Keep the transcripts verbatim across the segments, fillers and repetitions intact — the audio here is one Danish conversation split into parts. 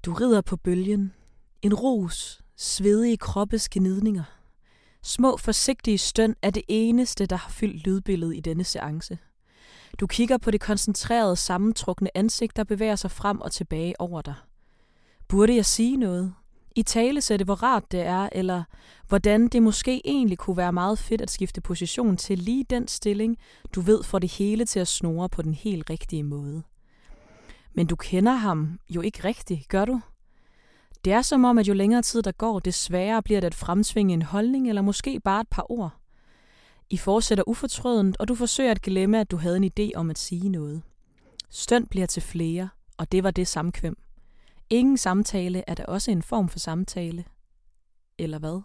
Du rider på bølgen. En ros, svedige kroppes gnidninger. Små forsigtige støn er det eneste, der har fyldt lydbilledet i denne seance. Du kigger på det koncentrerede, sammentrukne ansigt, der bevæger sig frem og tilbage over dig. Burde jeg sige noget? I talesætte, hvor rart det er, eller hvordan det måske egentlig kunne være meget fedt at skifte position til lige den stilling, du ved får det hele til at snurre på den helt rigtige måde. Men du kender ham jo ikke rigtigt, gør du? Det er som om, at jo længere tid der går, det sværere bliver det at fremtvinge en holdning, eller måske bare et par ord. I fortsætter ufortrødent, og du forsøger at glemme, at du havde en idé om at sige noget. Støn bliver til flere, og det var det samkvem. Ingen samtale er da også en form for samtale. Eller hvad?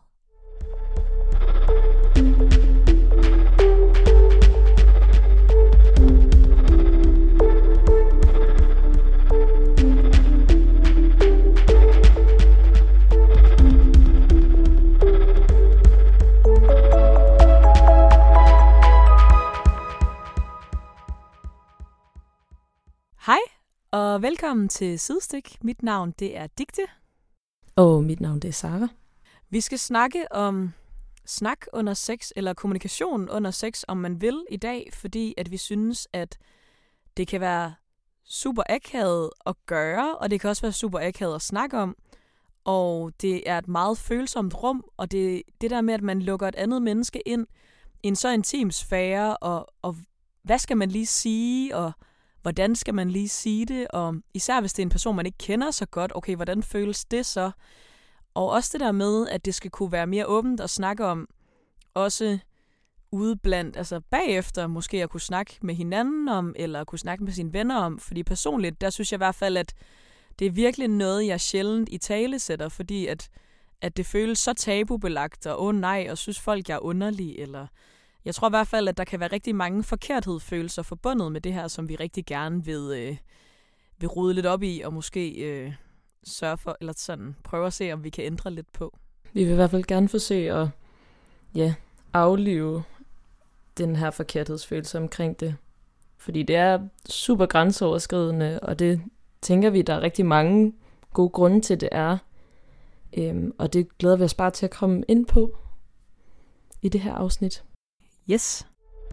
Hej, og velkommen til Sidestik. Mit navn det er Digte. Og mit navn det er Sara. Vi skal snakke om snak under sex, eller kommunikation under sex, om man vil i dag, fordi at vi synes, at det kan være super akavet at gøre, og det kan også være super akavet at snakke om. Og det er et meget følsomt rum, og det, det der med, at man lukker et andet menneske ind i en så intim sfære, og, og hvad skal man lige sige, og hvordan skal man lige sige det, og især hvis det er en person, man ikke kender så godt, okay, hvordan føles det så? Og også det der med, at det skal kunne være mere åbent at snakke om, også ude blandt, altså bagefter måske at kunne snakke med hinanden om, eller kunne snakke med sine venner om, fordi personligt, der synes jeg i hvert fald, at det er virkelig noget, jeg sjældent i tale sætter, fordi at, at det føles så tabubelagt, og åh oh, nej, og synes folk, jeg er underlig, eller jeg tror i hvert fald, at der kan være rigtig mange forkerthedsfølelser forbundet med det her, som vi rigtig gerne vil, øh, vil rode lidt op i, og måske øh, sørge for, eller sådan prøve at se, om vi kan ændre lidt på. Vi vil i hvert fald gerne forsøge at ja, aflive den her forkerthedsfølelse omkring det. Fordi det er super grænseoverskridende, og det tænker vi, der er rigtig mange gode grunde til, det er. Øhm, og det glæder vi os bare til at komme ind på i det her afsnit. Yes.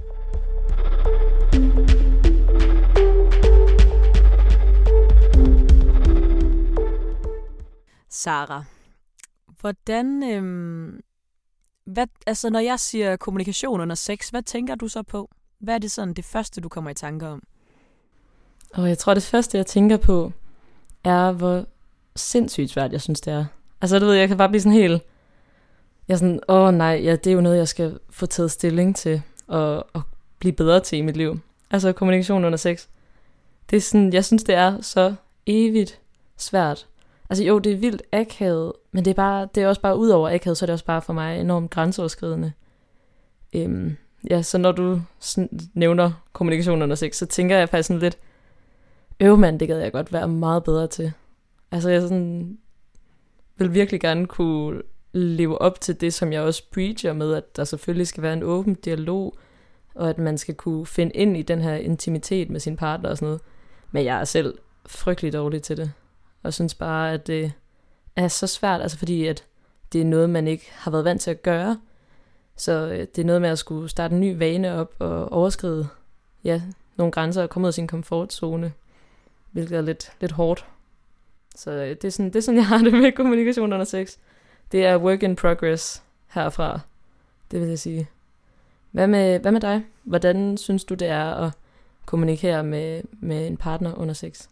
Sara, hvordan, øhm, hvad, altså når jeg siger kommunikation under sex, hvad tænker du så på? Hvad er det sådan det første, du kommer i tanker om? Og jeg tror, det første, jeg tænker på, er, hvor sindssygt svært, jeg synes, det er. Altså, du ved, jeg kan bare blive sådan helt, jeg er sådan, åh nej, ja, det er jo noget, jeg skal få taget stilling til, og, og blive bedre til i mit liv. Altså, kommunikation under sex. Det er sådan, jeg synes, det er så evigt svært. Altså jo, det er vildt akavet, men det er, bare, det er også bare, ud over akavet, så er det også bare for mig enormt grænseoverskridende. Øhm, ja, så når du sådan nævner kommunikation under sex, så tænker jeg faktisk sådan lidt, øv mand, det gad jeg godt være meget bedre til. Altså jeg sådan, vil virkelig gerne kunne leve op til det, som jeg også preacher med, at der selvfølgelig skal være en åben dialog, og at man skal kunne finde ind i den her intimitet med sin partner og sådan noget. Men jeg er selv frygtelig dårlig til det, og synes bare, at det er så svært, altså fordi at det er noget, man ikke har været vant til at gøre. Så det er noget med at skulle starte en ny vane op og overskride ja, nogle grænser og komme ud af sin komfortzone, hvilket er lidt, lidt hårdt. Så det er, sådan, det er sådan, jeg har det med kommunikation under sex. Det er work in progress herfra, det vil jeg sige. Hvad med, hvad med dig? Hvordan synes du, det er at kommunikere med, med en partner under sex?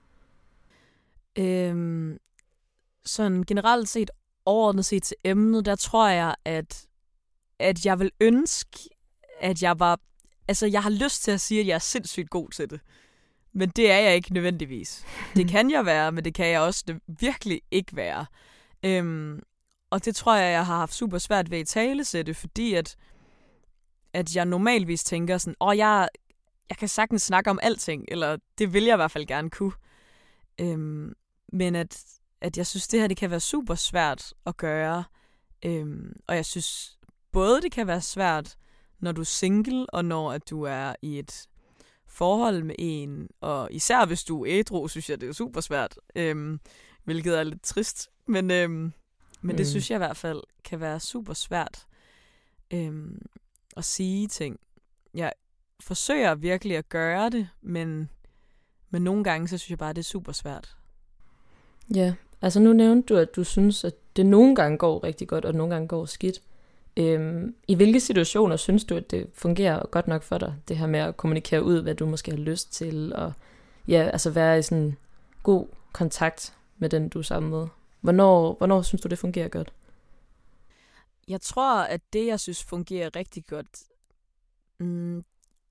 Øhm, sådan generelt set, overordnet set til emnet, der tror jeg, at, at jeg vil ønske, at jeg var, altså jeg har lyst til at sige, at jeg er sindssygt god til det. Men det er jeg ikke nødvendigvis. Det kan jeg være, men det kan jeg også det virkelig ikke være. Øhm, og det tror jeg, jeg har haft super svært ved at talesætte, fordi at, at jeg normalvis tænker sådan, åh, jeg, jeg kan sagtens snakke om alting, eller det vil jeg i hvert fald gerne kunne. Øhm, men at, at jeg synes, det her det kan være super svært at gøre. Øhm, og jeg synes både det kan være svært, når du er single, og når at du er i et forhold med en, og især hvis du er ædru, synes jeg, det er super svært. Øhm, hvilket er lidt trist. Men, øhm, men mm. det synes jeg i hvert fald kan være super svært øhm, at sige ting. Jeg forsøger virkelig at gøre det, men, men nogle gange, så synes jeg bare, det er super svært. Ja, altså nu nævnte du, at du synes, at det nogle gange går rigtig godt, og nogle gange går skidt. Øhm, I hvilke situationer synes du, at det fungerer godt nok for dig? Det her med at kommunikere ud, hvad du måske har lyst til, og ja, altså være i sådan god kontakt med den, du er sammen med. Hvornår, hvornår synes du, det fungerer godt? Jeg tror, at det, jeg synes fungerer rigtig godt... Mm,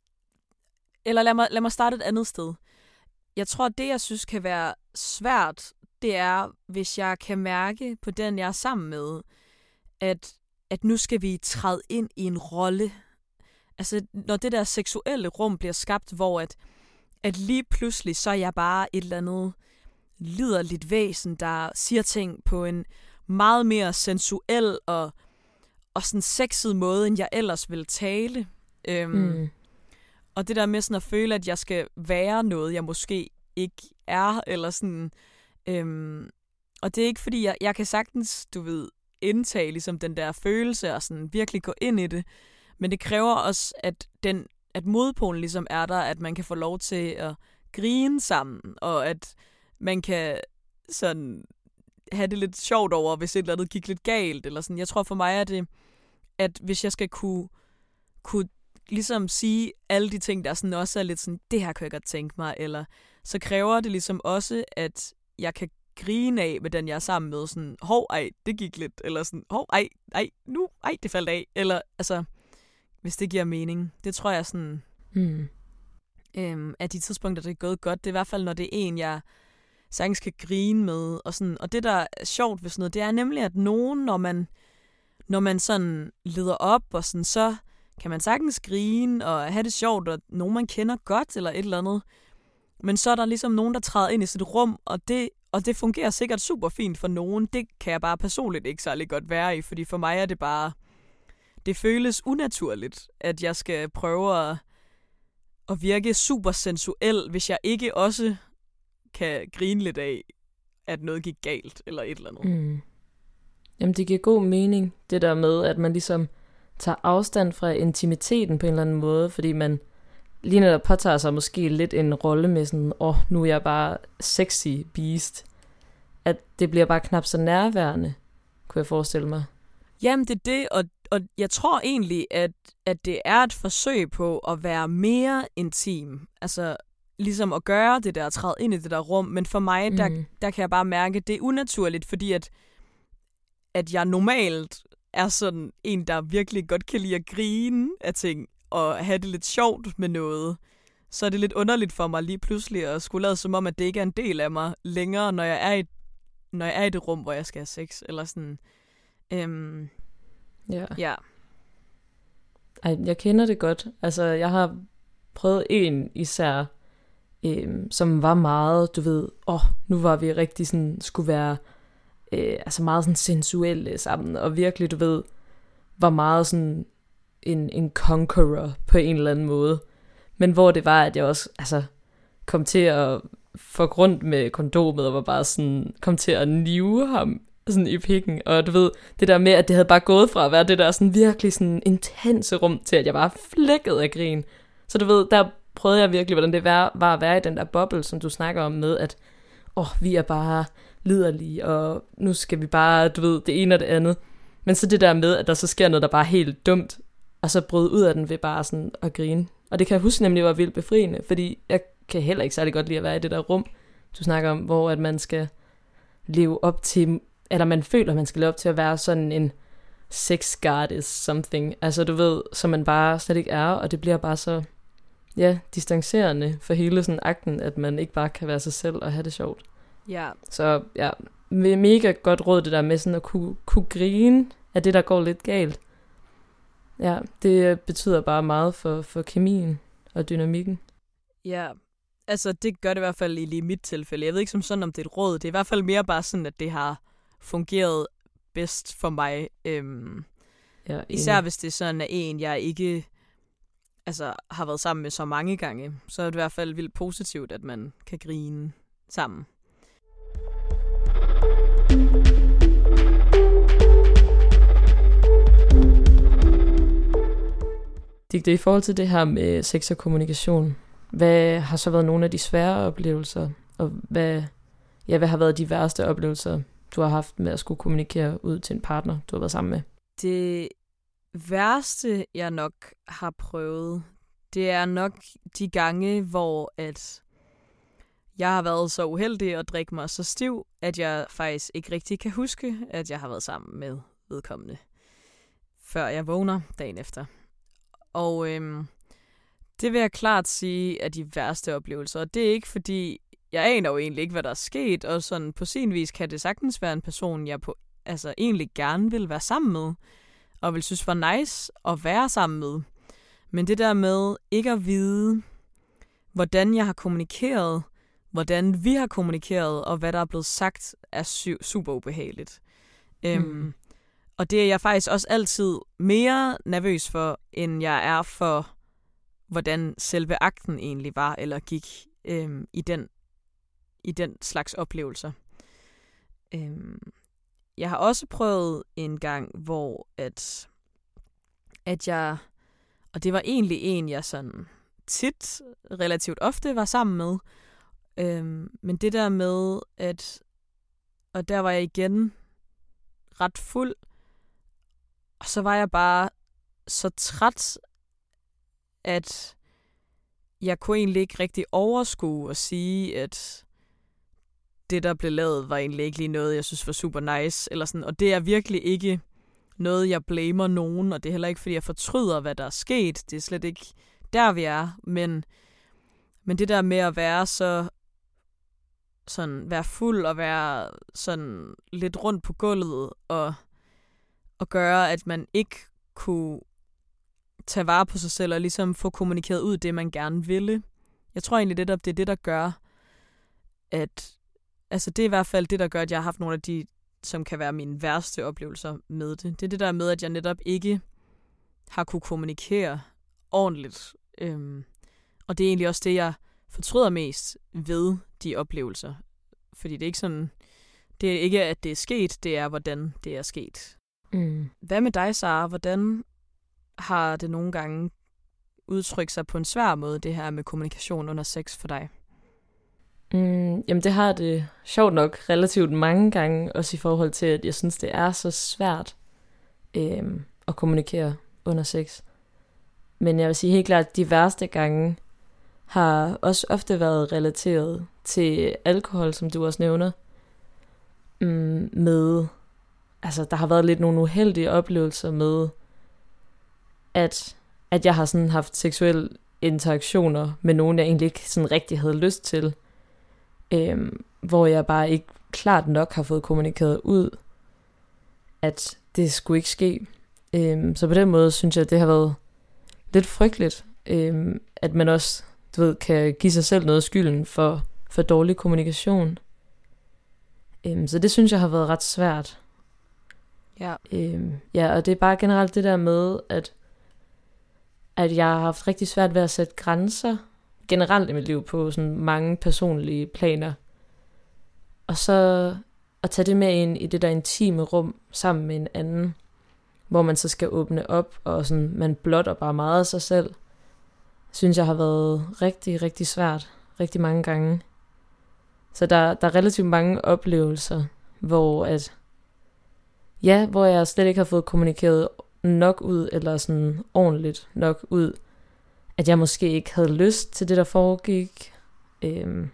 eller lad mig, lad mig starte et andet sted. Jeg tror, at det, jeg synes kan være svært, det er, hvis jeg kan mærke på den, jeg er sammen med, at, at nu skal vi træde ind i en rolle. Altså, når det der seksuelle rum bliver skabt, hvor at, at lige pludselig, så er jeg bare et eller andet liderligt væsen, der siger ting på en meget mere sensuel og, og sådan sexet måde, end jeg ellers ville tale. Øhm, mm. Og det der med sådan at føle, at jeg skal være noget, jeg måske ikke er, eller sådan... Øhm, og det er ikke fordi, jeg, jeg kan sagtens, du ved, indtage ligesom den der følelse og sådan virkelig gå ind i det. Men det kræver også, at, den, at modpolen ligesom er der, at man kan få lov til at grine sammen, og at man kan sådan have det lidt sjovt over, hvis et eller andet gik lidt galt. Eller sådan. Jeg tror for mig er det, at hvis jeg skal kunne, kunne ligesom sige alle de ting, der sådan også er lidt sådan, det her kan jeg godt tænke mig, eller så kræver det ligesom også, at jeg kan grine af med den, jeg er sammen med, sådan, hov, ej, det gik lidt, eller sådan, hov, ej, ej, nu, ej, det faldt af, eller, altså, hvis det giver mening. Det tror jeg sådan, mm. øhm, at de tidspunkter, det er gået godt, det er i hvert fald, når det er en, jeg sagtens kan grine med, og sådan, og det, der er sjovt ved sådan noget, det er nemlig, at nogen, når man, når man sådan leder op, og sådan, så kan man sagtens grine, og have det sjovt, og nogen, man kender godt, eller et eller andet, men så er der ligesom nogen, der træder ind i sit rum, og det, og det fungerer sikkert super fint for nogen. Det kan jeg bare personligt ikke særlig godt være i, fordi for mig er det bare... Det føles unaturligt, at jeg skal prøve at, at virke super sensuel, hvis jeg ikke også kan grine lidt af, at noget gik galt, eller et eller andet. Mm. Jamen, det giver god mening, det der med, at man ligesom tager afstand fra intimiteten på en eller anden måde, fordi man... lige når der påtager sig måske lidt en rolle med sådan, åh, oh, nu er jeg bare sexy beast, at det bliver bare knap så nærværende, kunne jeg forestille mig. Jamen, det er det, og, og jeg tror egentlig, at, at det er et forsøg på at være mere intim. Altså, ligesom at gøre det der, at træde ind i det der rum, men for mig, mm. der, der kan jeg bare mærke, at det er unaturligt, fordi at, at jeg normalt er sådan en, der virkelig godt kan lide at grine af ting, og have det lidt sjovt med noget, så er det lidt underligt for mig lige pludselig at skulle lade som om, at det ikke er en del af mig længere, når jeg er i, når jeg er i det rum, hvor jeg skal have sex, eller sådan. Øhm, ja. ja. Ej, jeg kender det godt. Altså, jeg har prøvet en især, øhm, som var meget, du ved, åh, oh, nu var vi rigtig sådan, skulle være, øh, altså meget sådan sensuelle sammen, og virkelig, du ved, var meget sådan, en, en conqueror på en eller anden måde. Men hvor det var, at jeg også altså, kom til at få rundt med kondomet, og var bare sådan, kom til at nive ham sådan i pikken. Og du ved, det der med, at det havde bare gået fra at være det der sådan virkelig sådan intense rum, til at jeg bare flækkede af grin. Så du ved, der prøvede jeg virkelig, hvordan det var, var at være i den der boble, som du snakker om med, at åh, vi er bare liderlige, og nu skal vi bare, du ved, det ene og det andet. Men så det der med, at der så sker noget, der bare er helt dumt, og så bryde ud af den ved bare sådan at grine. Og det kan jeg huske nemlig var vildt befriende, fordi jeg kan heller ikke særlig godt lide at være i det der rum, du snakker om, hvor at man skal leve op til, eller man føler, at man skal leve op til at være sådan en sex goddess something. Altså du ved, som man bare slet ikke er, og det bliver bare så, ja, distancerende for hele sådan akten, at man ikke bare kan være sig selv og have det sjovt. Ja. Så ja, mega godt råd det der med sådan at kunne, kunne grine af det, der går lidt galt. Ja, det betyder bare meget for, for kemien og dynamikken. Ja, altså det gør det i hvert fald i lige mit tilfælde. Jeg ved ikke som sådan, om det er et råd. Det er i hvert fald mere bare sådan, at det har fungeret bedst for mig. Øhm, ja, især hvis det sådan er en, jeg ikke altså, har været sammen med så mange gange. Så er det i hvert fald vildt positivt, at man kan grine sammen. Digte, i forhold til det her med sex og kommunikation, hvad har så været nogle af de svære oplevelser, og hvad, ja, hvad har været de værste oplevelser, du har haft med at skulle kommunikere ud til en partner, du har været sammen med? Det værste, jeg nok har prøvet, det er nok de gange, hvor at jeg har været så uheldig at drikke mig så stiv, at jeg faktisk ikke rigtig kan huske, at jeg har været sammen med vedkommende, før jeg vågner dagen efter. Og øhm, det vil jeg klart sige er de værste oplevelser. Og det er ikke fordi, jeg aner jo egentlig ikke, hvad der er sket, og sådan på sin vis kan det sagtens være en person, jeg på, altså egentlig gerne vil være sammen med, og vil synes var nice at være sammen med. Men det der med ikke at vide, hvordan jeg har kommunikeret, hvordan vi har kommunikeret, og hvad der er blevet sagt, er su- super ubehageligt. Mm. Øhm, og det er jeg faktisk også altid mere nervøs for, end jeg er for, hvordan selve akten egentlig var, eller gik øhm, i, den, i den slags oplevelser. Øhm, jeg har også prøvet en gang, hvor at, at jeg, og det var egentlig en, jeg sådan tit, relativt ofte var sammen med, øhm, men det der med, at, og der var jeg igen ret fuld, og så var jeg bare så træt, at jeg kunne egentlig ikke rigtig overskue at sige, at det, der blev lavet, var egentlig ikke lige noget, jeg synes var super nice. Eller sådan. Og det er virkelig ikke noget, jeg blamer nogen, og det er heller ikke, fordi jeg fortryder, hvad der er sket. Det er slet ikke der, vi er. Men, men det der med at være så sådan, være fuld og være sådan lidt rundt på gulvet, og, og gøre, at man ikke kunne tage vare på sig selv, og ligesom få kommunikeret ud det, man gerne ville. Jeg tror egentlig, det, det er det, der gør, at altså det er i hvert fald det, der gør, at jeg har haft nogle af de, som kan være mine værste oplevelser med det. Det er det der med, at jeg netop ikke har kunne kommunikere ordentligt. Øhm, og det er egentlig også det, jeg fortryder mest ved de oplevelser. Fordi det er ikke sådan, det er ikke, at det er sket, det er, hvordan det er sket. Mm. Hvad med dig, Sara? Hvordan har det nogle gange udtrykt sig på en svær måde, det her med kommunikation under sex for dig? Mm, jamen det har det sjovt nok relativt mange gange, også i forhold til, at jeg synes, det er så svært øhm, at kommunikere under sex. Men jeg vil sige helt klart, at de værste gange har også ofte været relateret til alkohol, som du også nævner. Mm, med, altså der har været lidt nogle uheldige oplevelser med, at, at jeg har sådan haft seksuelle interaktioner med nogen, jeg egentlig ikke sådan rigtig havde lyst til. Øhm, hvor jeg bare ikke klart nok har fået kommunikeret ud, at det skulle ikke ske. Øhm, så på den måde synes jeg, at det har været lidt frygteligt, øhm, at man også, du ved, kan give sig selv noget af skylden for, for dårlig kommunikation. Øhm, så det synes jeg har været ret svært. Ja. Øhm, ja, og det er bare generelt det der med, at, at jeg har haft rigtig svært ved at sætte grænser generelt i mit liv på sådan mange personlige planer. Og så at tage det med ind i det der intime rum sammen med en anden, hvor man så skal åbne op, og sådan, man blotter bare meget af sig selv, synes jeg har været rigtig, rigtig svært, rigtig mange gange. Så der, der er relativt mange oplevelser, hvor at, ja, hvor jeg slet ikke har fået kommunikeret nok ud, eller sådan ordentligt nok ud, at jeg måske ikke havde lyst til det, der foregik. Øhm.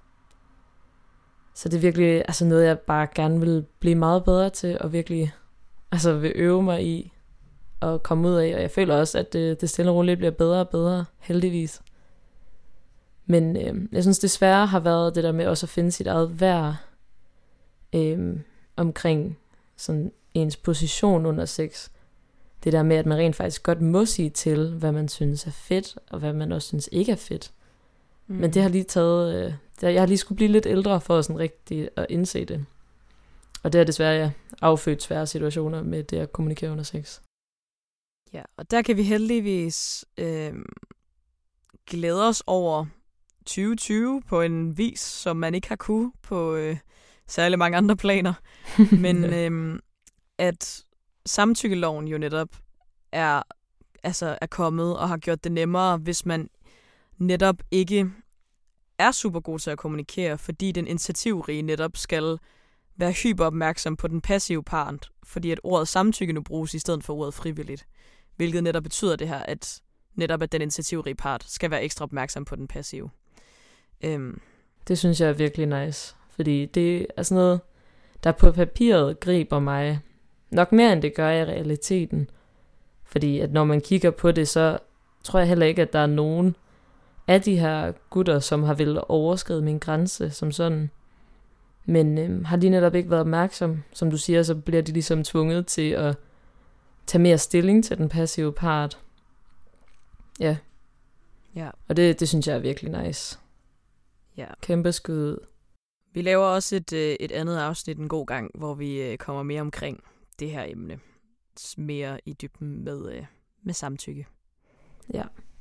Så det er virkelig altså noget, jeg bare gerne vil blive meget bedre til, og virkelig altså vil øve mig i at komme ud af. Og jeg føler også, at det, det stille og roligt bliver bedre og bedre, heldigvis. Men øhm, jeg synes, det svære har været det der med også at finde sit eget værd øhm, omkring sådan ens position under sex. Det der med, at man rent faktisk godt må sige til, hvad man synes er fedt, og hvad man også synes ikke er fedt. Mm. Men det har lige taget, øh, det, jeg har lige skulle blive lidt ældre for sådan rigtig at indse det. Og det er desværre ja, affødt svære situationer med det at kommunikere under sex. Ja, og der kan vi heldigvis øh, glæde os over tyve tyve på en vis, som man ikke har kunne på øh, særlig mange andre planer. Men øh, at samtykkeloven jo netop er altså, er kommet og har gjort det nemmere, hvis man netop ikke er super god til at kommunikere, fordi den initiativrige netop skal være hyperopmærksom på den passive part, fordi at ordet samtykke nu bruges i stedet for ordet frivilligt, hvilket netop betyder det her, at netop at den initiativrige part skal være ekstra opmærksom på den passive. Øhm. Det synes jeg er virkelig nice, fordi det er sådan noget, der på papiret griber mig nok mere, end det gør i realiteten. Fordi at når man kigger på det, så tror jeg heller ikke, at der er nogen af de her gutter, som har ville overskride min grænse som sådan. Men øhm, har de netop ikke været opmærksom, som du siger, så bliver de ligesom tvunget til at tage mere stilling til den passive part. Ja. Ja. Og det, det synes jeg er virkelig nice. Ja. Kæmpe skud. Vi laver også et, et andet afsnit en god gang, hvor vi kommer mere omkring det her emne. Mere i dybden med, med samtykke. Ja.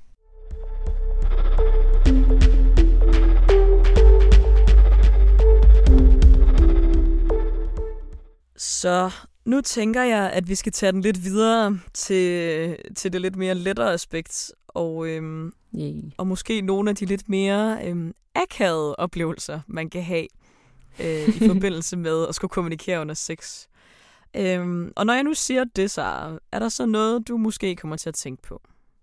Så nu tænker jeg, at vi skal tage den lidt videre til, til det lidt mere lettere aspekt, og, øhm, yeah. og måske nogle af de lidt mere øhm, akavede oplevelser, man kan have øh, i forbindelse med at skulle kommunikere under sex. Øhm, og når jeg nu siger det, så er der så noget, du måske kommer til at tænke på?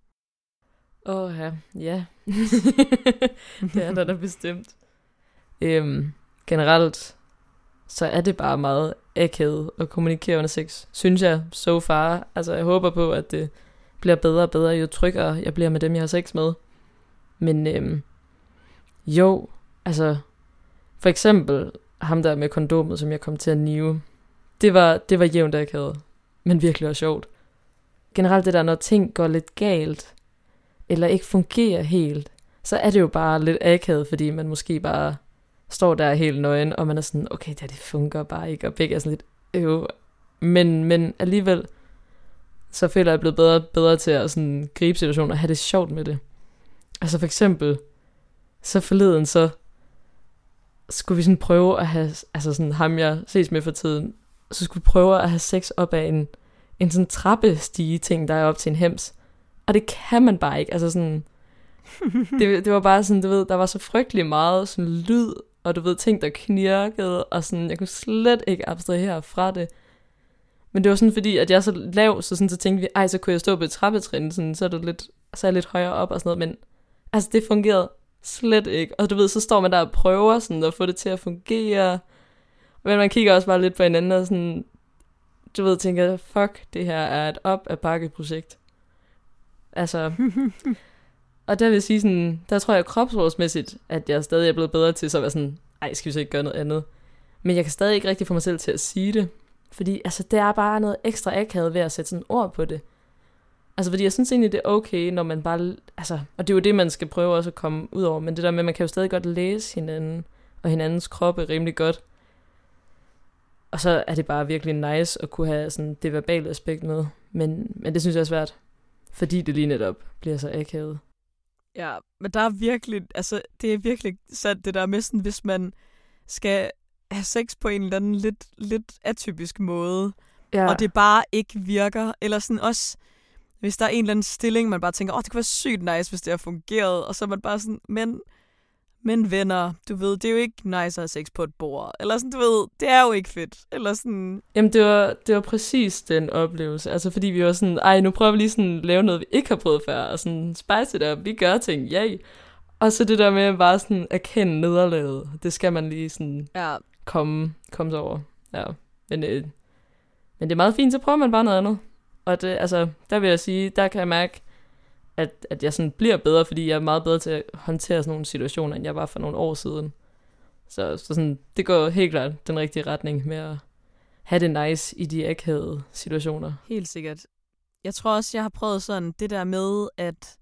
Åh oh, ja, ja. Det er der da bestemt. Øhm, generelt, så er det bare meget akavet at kommunikere under sex, synes jeg, so far. Altså, jeg håber på, at det bliver bedre og bedre, jo tryggere jeg bliver med dem, jeg har sex med. Men øhm, jo, altså, for eksempel ham der med kondomet, som jeg kom til at nive, det var, det var jævnt akavet, men virkelig også sjovt. Generelt det der, når ting går lidt galt, eller ikke fungerer helt, så er det jo bare lidt akavet, fordi man måske bare står der helt nøgen, og man er sådan, okay, det, det fungerer bare ikke, og begge er sådan lidt, øv. Men, men alligevel, så føler jeg, at jeg er blevet bedre, bedre til at sådan gribe situationen og have det sjovt med det. Altså for eksempel, så forleden, så skulle vi sådan prøve at have, altså sådan ham jeg ses med for tiden, så skulle vi prøve at have sex op af en, en sådan trappestige ting, der er op til en hems. Og det kan man bare ikke, altså sådan, det, det var bare sådan, du ved, der var så frygtelig meget sådan lyd, og du ved, ting der knirkede, og sådan, jeg kunne slet ikke abstrahere fra det. Men det var sådan, fordi at jeg er så lav, så, sådan, så tænkte vi, ej, så kunne jeg stå på et trappetrin, sådan, så er det lidt, så er jeg lidt højere op og sådan noget, men altså det fungerede slet ikke. Og du ved, så står man der og prøver sådan, at få det til at fungere, men man kigger også bare lidt på hinanden og sådan, du ved, tænker, fuck, det her er et op ad bakke projekt. Altså, og der vil jeg sige sådan, der tror jeg kropsrådsmæssigt, at jeg stadig er blevet bedre til så at være sådan, ej, skal vi så ikke gøre noget andet? Men jeg kan stadig ikke rigtig få mig selv til at sige det, fordi altså, det er bare noget ekstra akavet ved at sætte sådan ord på det. Altså, fordi jeg synes egentlig, det er okay, når man bare, altså, og det er jo det, man skal prøve også at komme ud over, men det der med, man kan jo stadig godt læse hinanden, og hinandens kroppe rimelig godt. Og så er det bare virkelig nice at kunne have sådan det verbale aspekt med, men, men det synes jeg er svært, fordi det lige netop bliver så akavet. Ja, men der er virkelig, altså det er virkelig sandt det der med sådan, hvis man skal have sex på en eller anden lidt, lidt atypisk måde, ja. Og det bare ikke virker, eller sådan også, hvis der er en eller anden stilling, man bare tænker, åh, det kunne være sygt nice, hvis det har fungeret, og så er man bare sådan, men, men venner, du ved, det er jo ikke nice at have sex på et bord, eller sådan, du ved, det er jo ikke fedt, eller sådan. Jamen, det var, det var præcis den oplevelse, altså fordi vi var sådan, ej, nu prøver vi lige sådan at lave noget, vi ikke har prøvet før, og sådan spice it up, vi gør ting, yay. Og så det der med at bare sådan erkende nederlaget, det skal man lige sådan ja. komme, komme sig over, ja. Men, øh, men det er meget fint, så prøver man bare noget andet. Og det, altså, der vil jeg sige, der kan jeg mærke, at, at jeg sådan bliver bedre, fordi jeg er meget bedre til at håndtere sådan nogle situationer, end jeg var for nogle år siden. Så, så sådan, det går helt klart den rigtige retning med at have det nice i de akavede situationer. Helt sikkert. Jeg tror også, jeg har prøvet sådan det der med, at,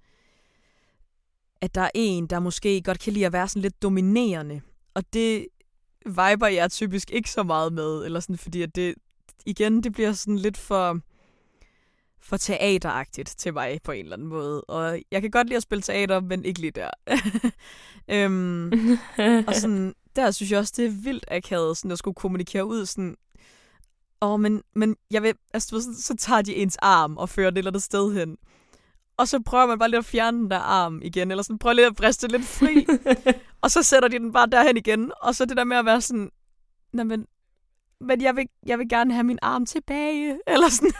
at der er en, der måske godt kan lide at være sådan lidt dominerende. Og det viber jeg typisk ikke så meget med, eller sådan, fordi at det, igen, det bliver sådan lidt for... for teateragtigt til mig på en eller anden måde. Og jeg kan godt lide at spille teater, men ikke lige der. øhm, og sådan, der synes jeg også, det er vildt akavet, sådan at skulle kommunikere ud sådan, åh, men, men jeg vil, altså, så, så tager de ens arm og fører det eller andet sted hen. og så prøver man bare lidt at fjerne den der arm igen, eller sådan prøver lidt at briste lidt fri, og så sætter de den bare derhen igen, og så det der med at være sådan, nej, men, men jeg, vil, jeg vil gerne have min arm tilbage, eller sådan.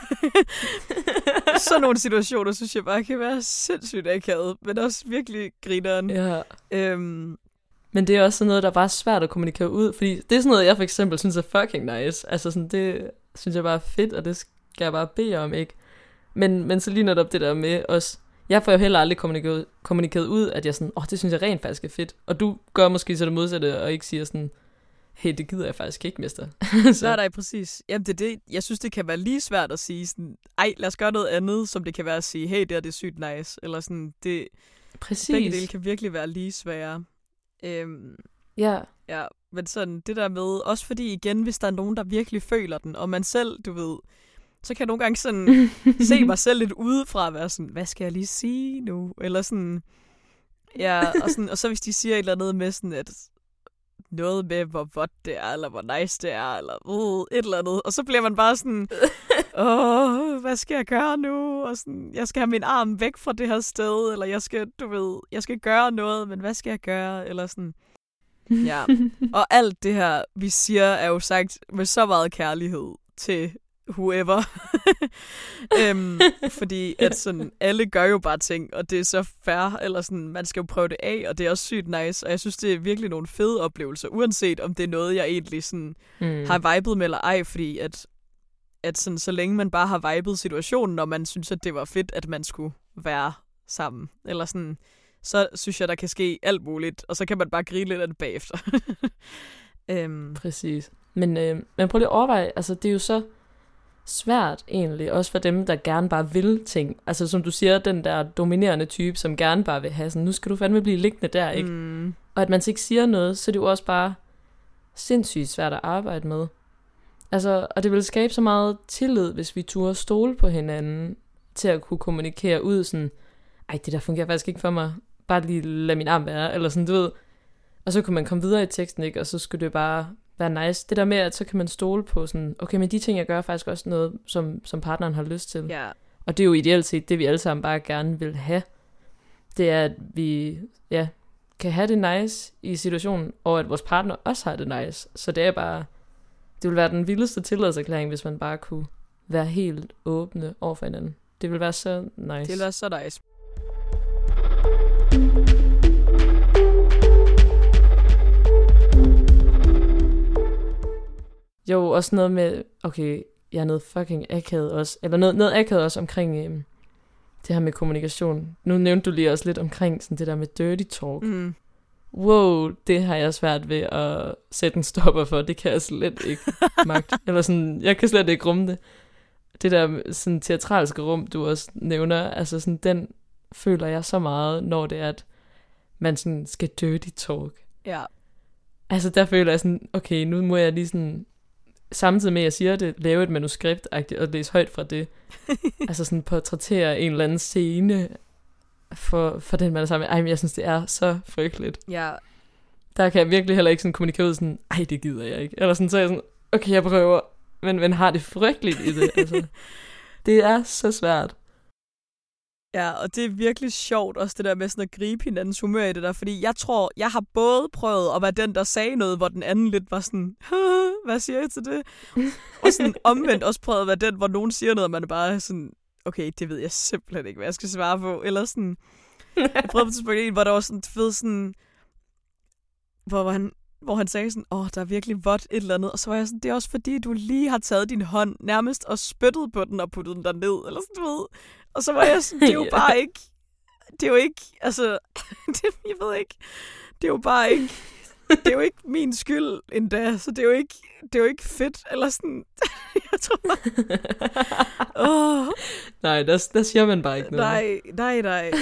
Sådan nogle situationer, synes jeg bare kan være sindssygt akavet, men også virkelig grineren. Ja. Øhm, Men det er også sådan noget, der er bare svært at kommunikere ud, fordi det er sådan noget, jeg for eksempel synes er fucking nice. Altså sådan, det synes jeg bare er fedt, og det skal jeg bare bede om, ikke? Men, men så lige netop det der med os. Jeg får jo heller aldrig kommunikeret, kommunikeret ud, at jeg sådan, åh, oh, det synes jeg rent faktisk er fedt. Og du gør måske så det modsatte, og ikke siger sådan, hey, det gider jeg faktisk ikke, mister. så er der præcis. Jamen det er det, jeg synes, det kan være lige svært at sige sådan, ej, lad os gøre noget andet, som det kan være at sige, hey, det er det er sygt nice. Eller sådan, det, præcis. Begge dele kan virkelig være lige svære. Øhm, ja. Ja, men sådan det der med, også fordi igen, hvis der er nogen, der virkelig føler den, og man selv, du ved, så kan jeg nogle gange sådan se mig selv lidt udefra at være sådan, hvad skal jeg lige sige nu? Eller sådan, ja, og, sådan, og så hvis de siger et eller andet med sådan, at noget med, hvor vådt det er, eller hvor nice det er, eller uh, et eller andet, og så bliver man bare sådan, åh, hvad skal jeg gøre nu? Og sådan, jeg skal have min arm væk fra det her sted, eller jeg skal, du ved, jeg skal gøre noget, men hvad skal jeg gøre? Eller sådan, ja. Og alt det her, vi siger, er jo sagt med så meget kærlighed til whoever. øhm, fordi at sådan, alle gør jo bare ting, og det er så fair, eller sådan, man skal jo prøve det af, og det er også sygt nice, og jeg synes, det er virkelig nogle fede oplevelser, uanset om det er noget, jeg egentlig sådan, mm. har vibet med eller ej, fordi at, at sådan, så længe man bare har vibet situationen, og man synes, at det var fedt, at man skulle være sammen, eller sådan, så synes jeg, der kan ske alt muligt, og så kan man bare grine lidt af det bagefter. øhm. Præcis. Men, øh, men prøv lige at overveje, altså det er jo så svært egentlig, også for dem, der gerne bare vil ting. Altså som du siger, den der dominerende type, som gerne bare vil have sådan, nu skal du fandme blive liggende der, ikke? Mm. Og at man så ikke siger noget, så er det jo også bare sindssygt svært at arbejde med. Altså, og det vil skabe så meget tillid, hvis vi turde stole på hinanden, til at kunne kommunikere ud sådan, ej, det der fungerer faktisk ikke for mig, bare lige lad min arm være, eller sådan, du ved. Og så kunne man komme videre i teksten, ikke? Og så skulle det bare være nice. Det der med, at så kan man stole på sådan, okay, men de ting, jeg gør, er faktisk også noget, som, som partneren har lyst til. Ja. Og det er jo ideelt set, det vi alle sammen bare gerne vil have. Det er, at vi ja, kan have det nice i situationen, og at vores partner også har det nice. Så det er bare, det vil være den vildeste tillidserklæring, hvis man bare kunne være helt åbne over for hinanden. Det vil være så nice. Det vil være så nice. Jo, også noget med, okay, jeg er noget fucking akavet også, eller noget, noget akavet også omkring øh, det her med kommunikation. Nu nævnte du lige også lidt omkring sådan det der med dirty talk. Mm. Wow, det har jeg svært ved at sætte en stopper for. Det kan jeg slet ikke magte. Eller sådan, jeg kan slet ikke rumme det. Det der sådan teatralske rum, du også nævner, altså sådan, den føler jeg så meget, når det er, at man sådan skal dirty talk. Ja. Altså der føler jeg sådan, okay, nu må jeg lige sådan, samtidig med at jeg siger det, lave et manuskript og læse højt fra det. Altså sådan portrættere en eller anden scene for, for den, man er sammen med. Ej, men jeg synes, det er så frygteligt. Ja. Der kan jeg virkelig heller ikke sådan kommunikere ud sådan, ej, det gider jeg ikke. Eller sådan, så er jeg sådan, okay, jeg prøver, men, men har det frygteligt i det. Altså, det er så svært. Ja, og det er virkelig sjovt også det der med sådan at gribe hinandens humør i det der, fordi jeg tror, jeg har både prøvet at være den, der sagde noget, hvor den anden lidt var sådan, hvad siger jeg til det? Og sådan omvendt også prøvet at være den, hvor nogen siger noget, og man er bare sådan, okay, det ved jeg simpelthen ikke, hvad jeg skal svare på. Eller sådan, jeg prøvede på et tidspunkt en, hvor der var sådan, du ved sådan, hvor han, hvor han sagde sådan, åh, oh, der er virkelig vådt et eller andet. Og så var jeg sådan, det er også fordi, du lige har taget din hånd nærmest og spyttet på den og puttet den derned, eller sådan, du ved. Og så var jeg sådan, det er jo bare ikke, det er jo ikke, altså, det, jeg ved ikke, det er jo bare ikke, det er jo ikke min skyld endda, så det er jo ikke, det er jo ikke fedt, eller sådan, jeg tror, oh. Nej, der, der siger man bare ikke noget. Nej, nej, nej.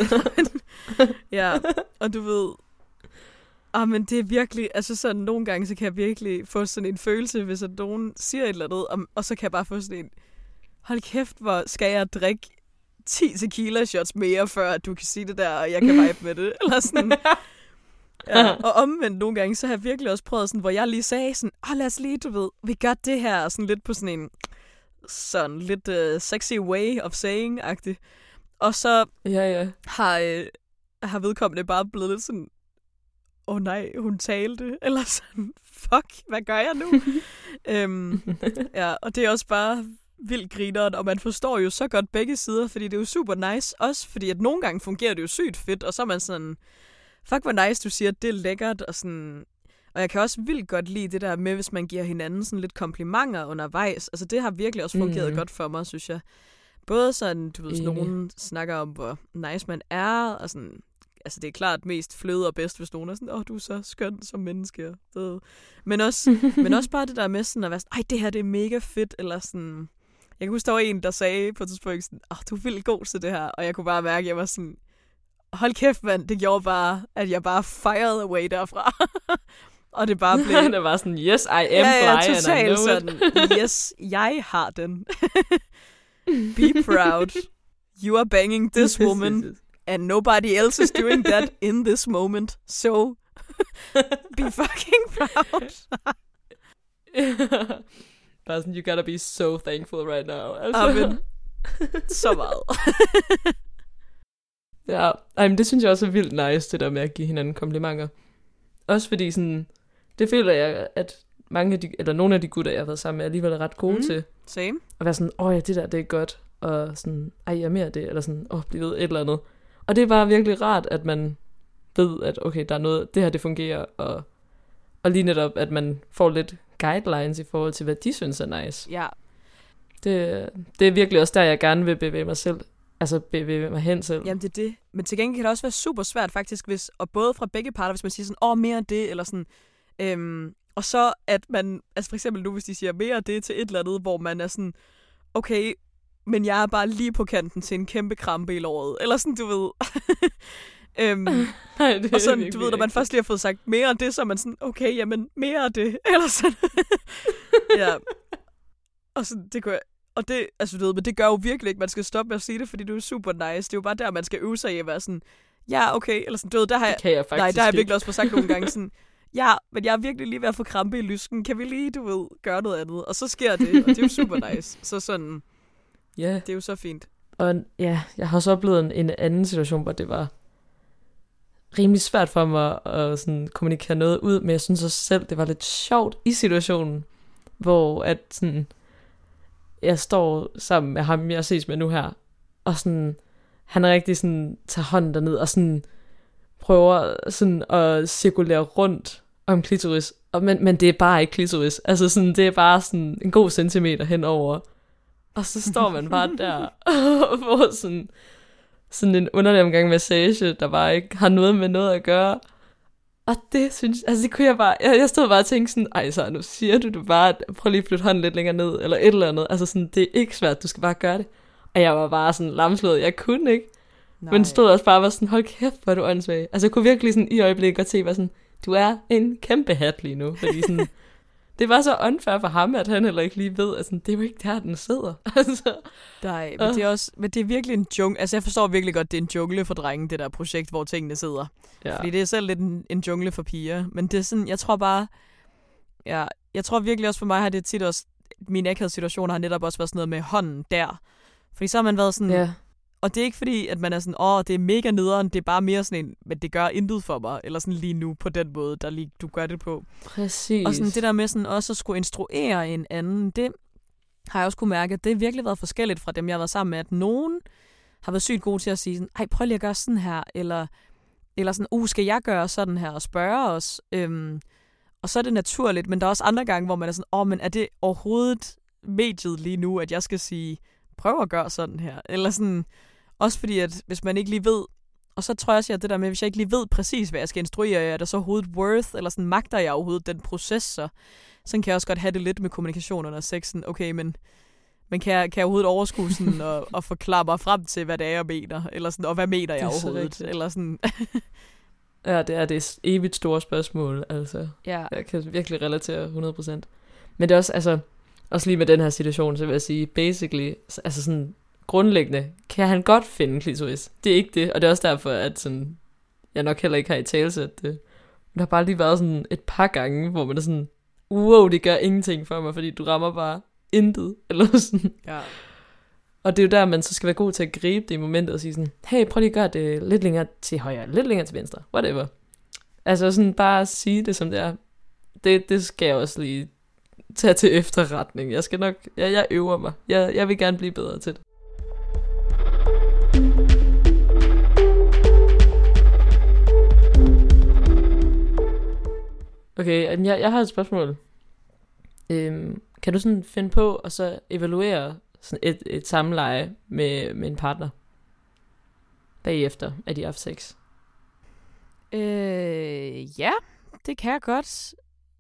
Ja, og du ved, ah, men det er virkelig, altså sådan, nogle gange, så kan jeg virkelig få sådan en følelse, hvis at nogen siger et eller andet, og, og så kan jeg bare få sådan en, hold kæft, hvor skal jeg drikke ti tequila shots mere, før at du kan sige det der, og jeg kan vibe med det. Eller sådan. Ja, og omvendt nogle gange, så har jeg virkelig også prøvet sådan, hvor jeg lige sagde sådan, åh, lad os lige, du ved, vi gør det her, sådan lidt på sådan en, sådan lidt uh, sexy way of saying-agtigt. Og så Ja, ja. har, øh, har vedkommende bare blevet lidt sådan, åh oh, nej, hun talte, eller sådan, fuck, hvad gør jeg nu? øhm, ja, og det er også bare vildt grineren, og man forstår jo så godt begge sider, fordi det er jo super nice, også fordi at nogle gange fungerer det jo sygt fedt, og så er man sådan, fuck hvor nice, du siger, at det er lækkert, og sådan, og jeg kan også vildt godt lide det der med, hvis man giver hinanden sådan lidt komplimenter undervejs, altså det har virkelig også fungeret mm. godt for mig, synes jeg. Både sådan, du ved, sådan, nogen snakker om, hvor nice man er, og sådan, altså det er klart mest fløde og bedst, hvis nogen er sådan, åh, oh, du er så skøn som menneske. Men også, men også bare det der med sådan at være sådan, ej, det her det er mega fedt, eller sådan, jeg kan huske, der var en, der sagde på et tidspunkt sådan, åh, oh, du er vildt god til det her, og jeg kunne bare mærke, at jeg var sådan, hold kæft, mand, det gjorde bare, at jeg bare fired away derfra. Og det bare blev... det var sådan, yes, I am ja, ja, fly, and I know sådan, it. yes, jeg har den. Be proud. You are banging this woman, and nobody else is doing that in this moment. So, be fucking proud. Bare sådan, you gotta be so thankful right now. Altså. Amen. Så meget. Ja, ej, men det synes jeg også er vildt nice, det der med at give hinanden komplimenter. Også fordi sådan, det føler jeg, at mange af de, eller nogle af de gutter, jeg har været sammen med, alligevel er ret gode mm. til. Same. At være sådan, åh ja, det der, det er godt. Og sådan, ej, jeg er mere af det. Eller sådan, åh, bliv ved, et eller andet. Og det er bare virkelig rart, at man ved, at okay, der er noget, det her, det fungerer. Og, og lige netop, at man får lidt guidelines i forhold til, hvad de synes er nice. Ja. Det, det er virkelig også der, jeg gerne vil bevæge mig selv. Altså bevæge mig hen selv. Jamen det er det. Men til gengæld kan det også være super svært faktisk, hvis, og både fra begge parter, hvis man siger sådan, åh, mere af det, eller sådan, øhm, og så at man, altså for eksempel nu, hvis de siger mere af det til et eller andet, hvor man er sådan, okay, men jeg er bare lige på kanten til en kæmpe krampe i låret, eller sådan, du ved. øhm, Nej, det og sådan, du ved, når man først lige har fået sagt mere af det, så er man sådan, okay, jamen mere af det, eller sådan. Ja. Og sådan, det kunne jeg, og det, altså du ved, men det gør jo virkelig ikke, man skal stoppe med at sige det, fordi det er super nice. Det er jo bare der, man skal øve sig i at være sådan, ja, okay, eller sådan, du ved, der har jeg, det kan jeg faktisk nej, der har jeg ikke. virkelig også fået sagt nogle gange sådan, ja, men jeg er virkelig lige ved at få krampe i lysken, kan vi lige, du ved, gøre noget andet? Og så sker det, og det er jo super nice. Så sådan, ja, det er jo så fint. Og ja, jeg har også oplevet en, en anden situation, hvor det var rimelig svært for mig at sådan kommunikere noget ud, men jeg synes også selv, det var lidt sjovt i situationen, hvor at sådan, jeg står sammen med ham, jeg ses med nu her, og sådan, han er rigtig sådan, tager hånden derned, og sådan, prøver sådan at cirkulere rundt om klitoris, og, men, men det er bare ikke klitoris, altså sådan, det er bare sådan en god centimeter henover, og så står man bare der, og får sådan, sådan en underlig omgang massage, der bare ikke har noget med noget at gøre. Og det synes altså det kunne jeg bare, jeg, jeg stod bare og tænkte sådan, ej så nu siger du det bare, prøv lige at flytte hånden lidt længere ned, eller et eller andet. Altså sådan, det er ikke svært, du skal bare gøre det. Og jeg var bare sådan lamslået, jeg kunne ikke. Nej. Men stod også bare og var sådan, hold kæft, hvor er du åndssvag. Altså jeg kunne virkelig sådan i øjeblikket godt se, var sådan, du er en kæmpe hat lige nu, fordi sådan, det var så unfair for ham, at han heller ikke lige ved, at sådan, det er jo ikke der, den sidder. Altså. Nej, men det er også, men det er virkelig en jungle. Altså jeg forstår virkelig godt, det er en jungle for drenge, det der projekt, hvor tingene sidder. Ja. Fordi det er selv lidt en, en jungle for piger. Men det er sådan, jeg tror bare, ja, jeg tror virkelig også for mig har det tit også, mine akavede situationer har netop også været sådan noget med hånden der. Fordi så har man været sådan, ja. Og det er ikke fordi, at man er sådan, åh, det er mega nederen, det er bare mere sådan en, men det gør intet for mig, eller sådan lige nu på den måde, der lige, du gør det på. Præcis. Og sådan det der med sådan også at skulle instruere en anden, det har jeg også kunne mærke, at det har virkelig været forskelligt fra dem, jeg har været sammen med, at nogen har været sygt gode til at sige sådan, ej, prøv lige at gøre sådan her, eller, eller sådan, uh, skal jeg gøre sådan her, og spørge os. Øhm, og så er det naturligt, men der er også andre gange, hvor man er sådan, åh, men er det overhovedet mediet lige nu, at jeg skal sige, prøv at gøre sådan her, eller sådan. Også fordi, at hvis man ikke lige ved, og så tror jeg også, at det der med, hvis jeg ikke lige ved præcis, hvad jeg skal instruere, er det så overhovedet worth, eller sådan magter jeg overhovedet den proces, så sådan kan jeg også godt have det lidt med kommunikation under sexen. Okay, men, men kan, jeg, kan jeg overhovedet overskue sådan, og, og forklare mig frem til, hvad det er, jeg mener, eller sådan, og hvad mener jeg overhovedet, eller sådan. Ja, det er det er evigt store spørgsmål, altså. Ja. Jeg kan virkelig relatere hundrede procent. Men det er også, altså, også lige med den her situation, så vil jeg sige, basically, altså sådan, grundlæggende kan han godt finde klitoris. Det er ikke det, og det er også derfor, at sådan, jeg nok heller ikke har i talesæt det. Men der har bare lige været sådan et par gange, hvor man er sådan, wow, det gør ingenting for mig, fordi du rammer bare intet, eller sådan. Ja. Og det er jo der, man så skal være god til at gribe det i momentet og sige sådan, hey, prøv lige at gøre det lidt længere til højre, lidt længere til venstre, whatever. Altså sådan bare sige det, som det er. Det, det skal jeg også lige tage til efterretning. Jeg skal nok, jeg, jeg øver mig. Jeg, jeg vil gerne blive bedre til det. Okay, jeg, jeg har et spørgsmål. Øhm, kan du sådan finde på og så evaluere sådan et, et samleje med, med en partner bagefter, at de har haft sex? Øh, ja, det kan jeg godt.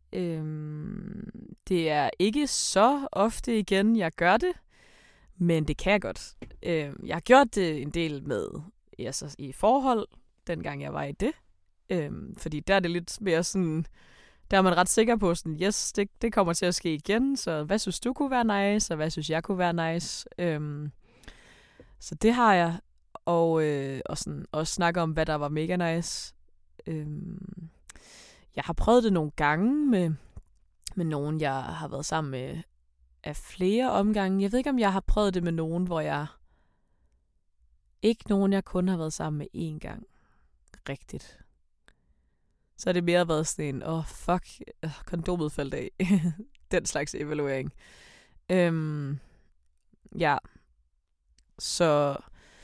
Øhm, det er ikke så ofte igen, jeg gør det, men det kan jeg godt. Øhm, jeg har gjort det en del med altså, i forhold, dengang jeg var i det. Øhm, fordi der er det lidt mere sådan, der er man ret sikker på sådan, yes, det, det kommer til at ske igen, så hvad synes du kunne være nice, og hvad synes jeg kunne være nice? Øhm, så det har jeg, og, øh, og sådan, også snakke om, hvad der var mega nice. Øhm, jeg har prøvet det nogle gange med, med nogen, jeg har været sammen med af flere omgange. Jeg ved ikke, om jeg har prøvet det med nogen, hvor jeg ikke nogen, jeg kun har været sammen med én gang. Rigtigt. Så har det mere været sådan en, åh, oh, fuck, kondomet faldt af. Den slags evaluering. Øhm, ja. Så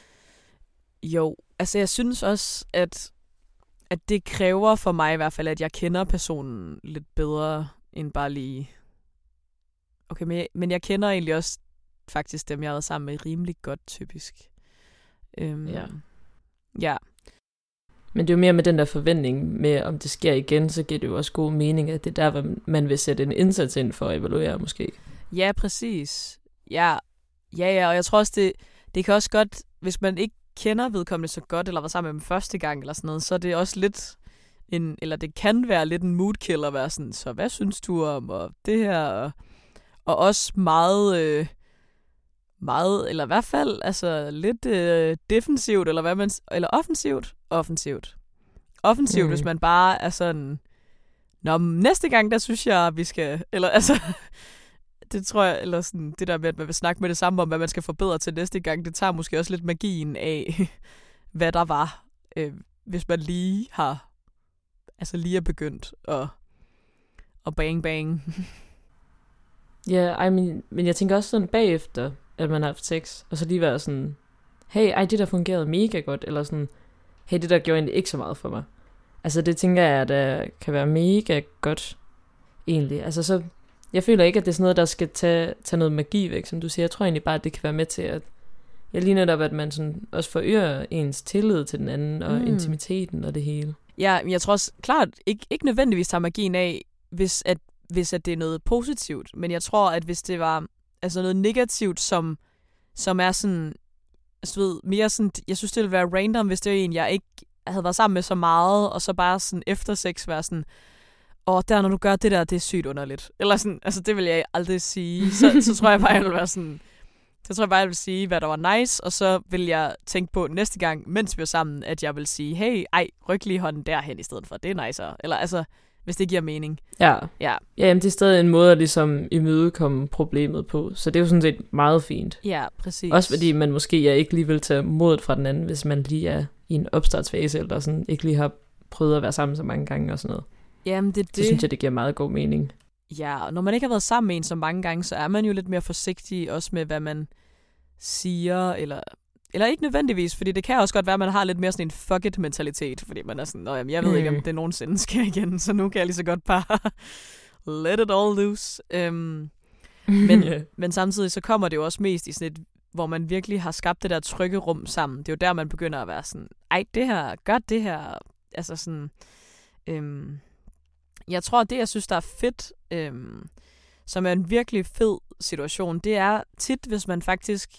jo, altså jeg synes også, at, at det kræver for mig i hvert fald, at jeg kender personen lidt bedre, end bare lige... Okay, men jeg, men jeg kender egentlig også faktisk dem, jeg har været sammen med rimelig godt, typisk. Øhm, ja. Ja. Men det er jo mere med den der forventning med, om det sker igen, så giver det jo også god mening, at det er der, hvor man vil sætte en indsats ind for at evaluere måske. Ja, præcis. Ja, ja, ja, og jeg tror også, det, det kan også godt, hvis man ikke kender vedkommende så godt, eller var sammen med dem første gang, eller sådan noget, så er det også lidt en, eller det kan være lidt en moodkiller at være sådan, så hvad synes du om, og det her, og, og også meget... Øh, meget, eller i hvert fald altså lidt øh, defensivt, eller hvad man, eller offensivt, offensivt. Offensivt, mm. hvis man bare er sådan, nå, næste gang, der synes jeg, vi skal, eller altså, det tror jeg, eller sådan, det der med, at man vil snakke med det samme om, hvad man skal forbedre til næste gang, det tager måske også lidt magien af, hvad der var, øh, hvis man lige har, altså lige er begyndt, og, og bang bang. Ja, I mean, men jeg tænker også sådan bagefter, at man har haft sex, og så lige være sådan, hey, ej, det der fungerede mega godt, eller sådan, hey, det der gjorde egentlig ikke så meget for mig. Altså det tænker jeg, at det kan være mega godt, egentlig. Altså så, jeg føler ikke, at det er sådan noget, der skal tage, tage noget magi væk, som du siger. Jeg tror egentlig bare, at det kan være med til, at jeg lige netop, at man sådan også forøger ens tillid til den anden, og mm. intimiteten og det hele. Ja, men jeg tror også, klart, ikke, ikke nødvendigvis tager magien af, hvis at, hvis at det er noget positivt, men jeg tror, at hvis det var altså noget negativt, som, som er sådan, altså, ved, mere sådan, jeg synes, det ville være random, hvis det var en, jeg ikke havde været sammen med så meget, og så bare sådan efter sex være sådan, åh, der når du gør det der, det er sygt underligt. Eller sådan, altså det vil jeg aldrig sige. Så, så tror jeg bare, jeg vil være sådan, så tror jeg bare, jeg vil sige, hvad der var nice, og så vil jeg tænke på næste gang, mens vi er sammen, at jeg vil sige, hey, ej, ryk lige hånden derhen i stedet for, det er nicer. Eller altså, hvis det giver mening. Ja, ja. Ja, jamen, det er stadig en måde at ligesom imødekomme problemet på, så det er jo sådan set meget fint. Ja, præcis. Også fordi man måske ja, ikke lige vil tage modet fra den anden, hvis man lige er i en opstartsfase, eller sådan ikke lige har prøvet at være sammen så mange gange og sådan noget. Jamen, det, det... Så synes jeg, det giver meget god mening. Ja, og når man ikke har været sammen med en så mange gange, så er man jo lidt mere forsigtig også med, hvad man siger, eller... Eller ikke nødvendigvis, fordi det kan også godt være, at man har lidt mere sådan en fuck it mentalitet, fordi man er sådan, nå jamen, jeg ved mm. ikke, om det nogensinde sker igen, så nu kan jeg lige så godt bare let it all loose. Um, men, yeah. men samtidig så kommer det jo også mest i sådan et, hvor man virkelig har skabt det der trygge rum sammen. Det er jo der, man begynder at være sådan, ej, det her, gør det her. Altså sådan, um, jeg tror, det jeg synes, der er fedt, um, som er en virkelig fed situation, det er tit, hvis man faktisk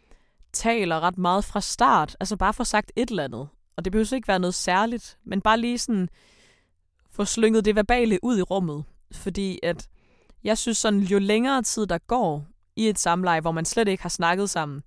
taler ret meget fra start, altså bare få sagt et eller andet. Og det behøver ikke være noget særligt, men bare lige sådan få slynget det verbale ud i rummet. Fordi at jeg synes sådan, jo længere tid der går i et samleje, hvor man slet ikke har snakket sammen,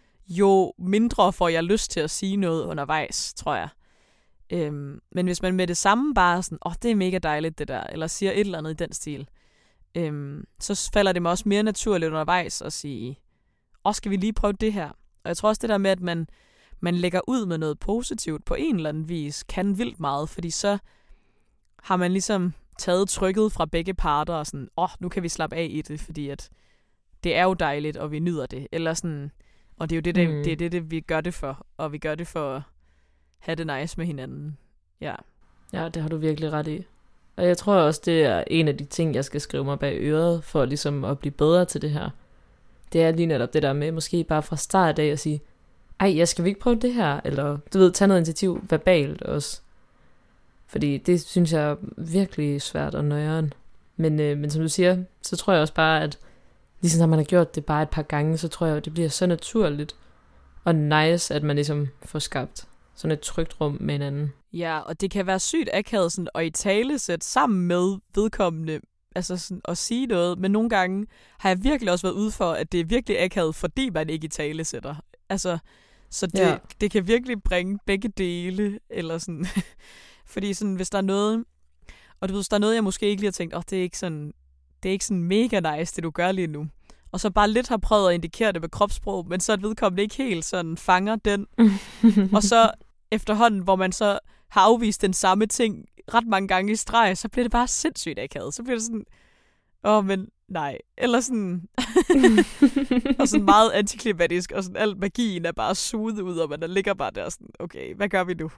jo mindre får jeg lyst til at sige noget undervejs, tror jeg. Øhm, men hvis man med det samme bare sådan, åh, oh, det er mega dejligt det der, eller siger et eller andet i den stil, øhm, så falder det mig også mere naturligt undervejs at sige, åh, skal vi lige prøve det her? Og jeg tror også det der med, at man, man lægger ud med noget positivt på en eller anden vis, kan vildt meget, fordi så har man ligesom taget trykket fra begge parter, og sådan, åh, nu kan vi slappe af i det, fordi at det er jo dejligt, og vi nyder det. Eller sådan, og det er jo det, det, mm. det, er det, det, vi gør det for, og vi gør det for at have det nice med hinanden. Ja. Ja, det har du virkelig ret i. Og jeg tror også, det er en af de ting, jeg skal skrive mig bag øret, for ligesom at blive bedre til det her. Det er lige netop det der med, måske bare fra start af at sige, ej, jeg skal vi ikke prøve det her? Eller, du ved, tage noget initiativ verbalt også. Fordi det synes jeg er virkelig svært og nøjeren. Men, øh, men som du siger, så tror jeg også bare, at ligesom når man har gjort det bare et par gange, så tror jeg, at det bliver så naturligt og nice, at man ligesom får skabt sådan et trygt rum med hinanden. Ja, og det kan være sygt akavet sådan, at i tale sætte sammen med vedkommende, altså sådan, at sige noget, men nogle gange har jeg virkelig også været ude for, at det er virkelig akavet, fordi man ikke i tale sætter. Altså, så det, ja. det kan virkelig bringe begge dele, eller sådan, fordi sådan, hvis der er noget, og du ved, hvis der er noget, jeg måske ikke lige har tænkt, åh, oh, det er ikke sådan, det er ikke sådan mega nice, det du gør lige nu, og så bare lidt har prøvet at indikere det med kropssprog, men så er vedkommende ikke helt sådan fanger den, og så efterhånden, hvor man så har afvist den samme ting ret mange gange i streg, så bliver det bare sindssygt akavet. Så bliver det sådan, åh, oh, men nej. Eller sådan, og sådan meget antiklimatisk, og sådan al magien er bare suget ud, og man ligger bare der sådan, okay, hvad gør vi nu?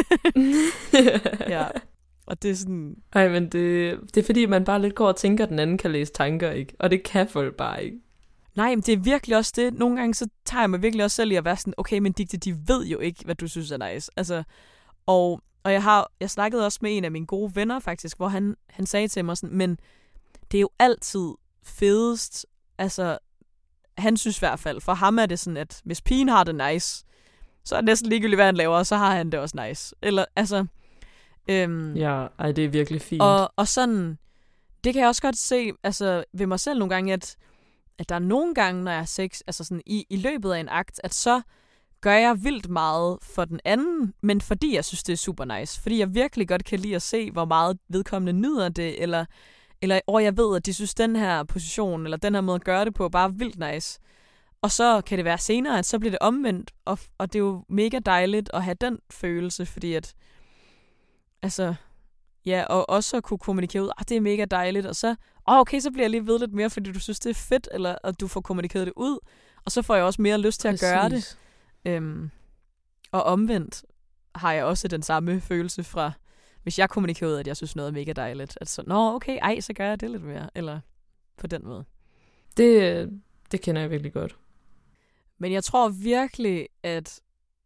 Ja, og det er sådan... Ej, men det, det er fordi, man bare lidt går og tænker, at den anden kan læse tanker, ikke? Og det kan folk bare ikke. Nej, men det er virkelig også det. Nogle gange så tager jeg mig virkelig også selv i at være sådan, okay, men Dicte, de ved jo ikke, hvad du synes er nice. Altså, og, og jeg har jeg snakkede også med en af mine gode venner faktisk, hvor han, han sagde til mig sådan, men det er jo altid fedest, altså, han synes i hvert fald, for ham er det sådan, at hvis pigen har det nice, så er det næsten ligegyldigt, hvad han laver, og så har han det også nice. Eller, altså... Øhm, ja, ej, det er virkelig fint. Og, og sådan, det kan jeg også godt se, altså, ved mig selv nogle gange, at at der er nogle gange, når jeg har sex, altså sådan i, i løbet af en akt, at så gør jeg vildt meget for den anden, men fordi jeg synes, det er super nice. Fordi jeg virkelig godt kan lide at se, hvor meget vedkommende nyder det, eller, eller og jeg ved, at de synes, den her position, eller den her måde at gøre det på, bare vildt nice. Og så kan det være senere, at så bliver det omvendt, og, og det er jo mega dejligt at have den følelse, fordi at, altså... Ja, og også at kunne kommunikere ud, ah, det er mega dejligt, og så, åh, okay, så bliver jeg lige ved lidt mere, fordi du synes, det er fedt, eller at du får kommunikeret det ud, og så får jeg også mere lyst til Præcis. At gøre det. Øhm, og omvendt har jeg også den samme følelse fra, hvis jeg kommunikerer ud, at jeg synes noget er mega dejligt, at så, nå, okay, ej, så gør jeg det lidt mere, eller på den måde. Det, det kender jeg virkelig godt. Men jeg tror virkelig, at,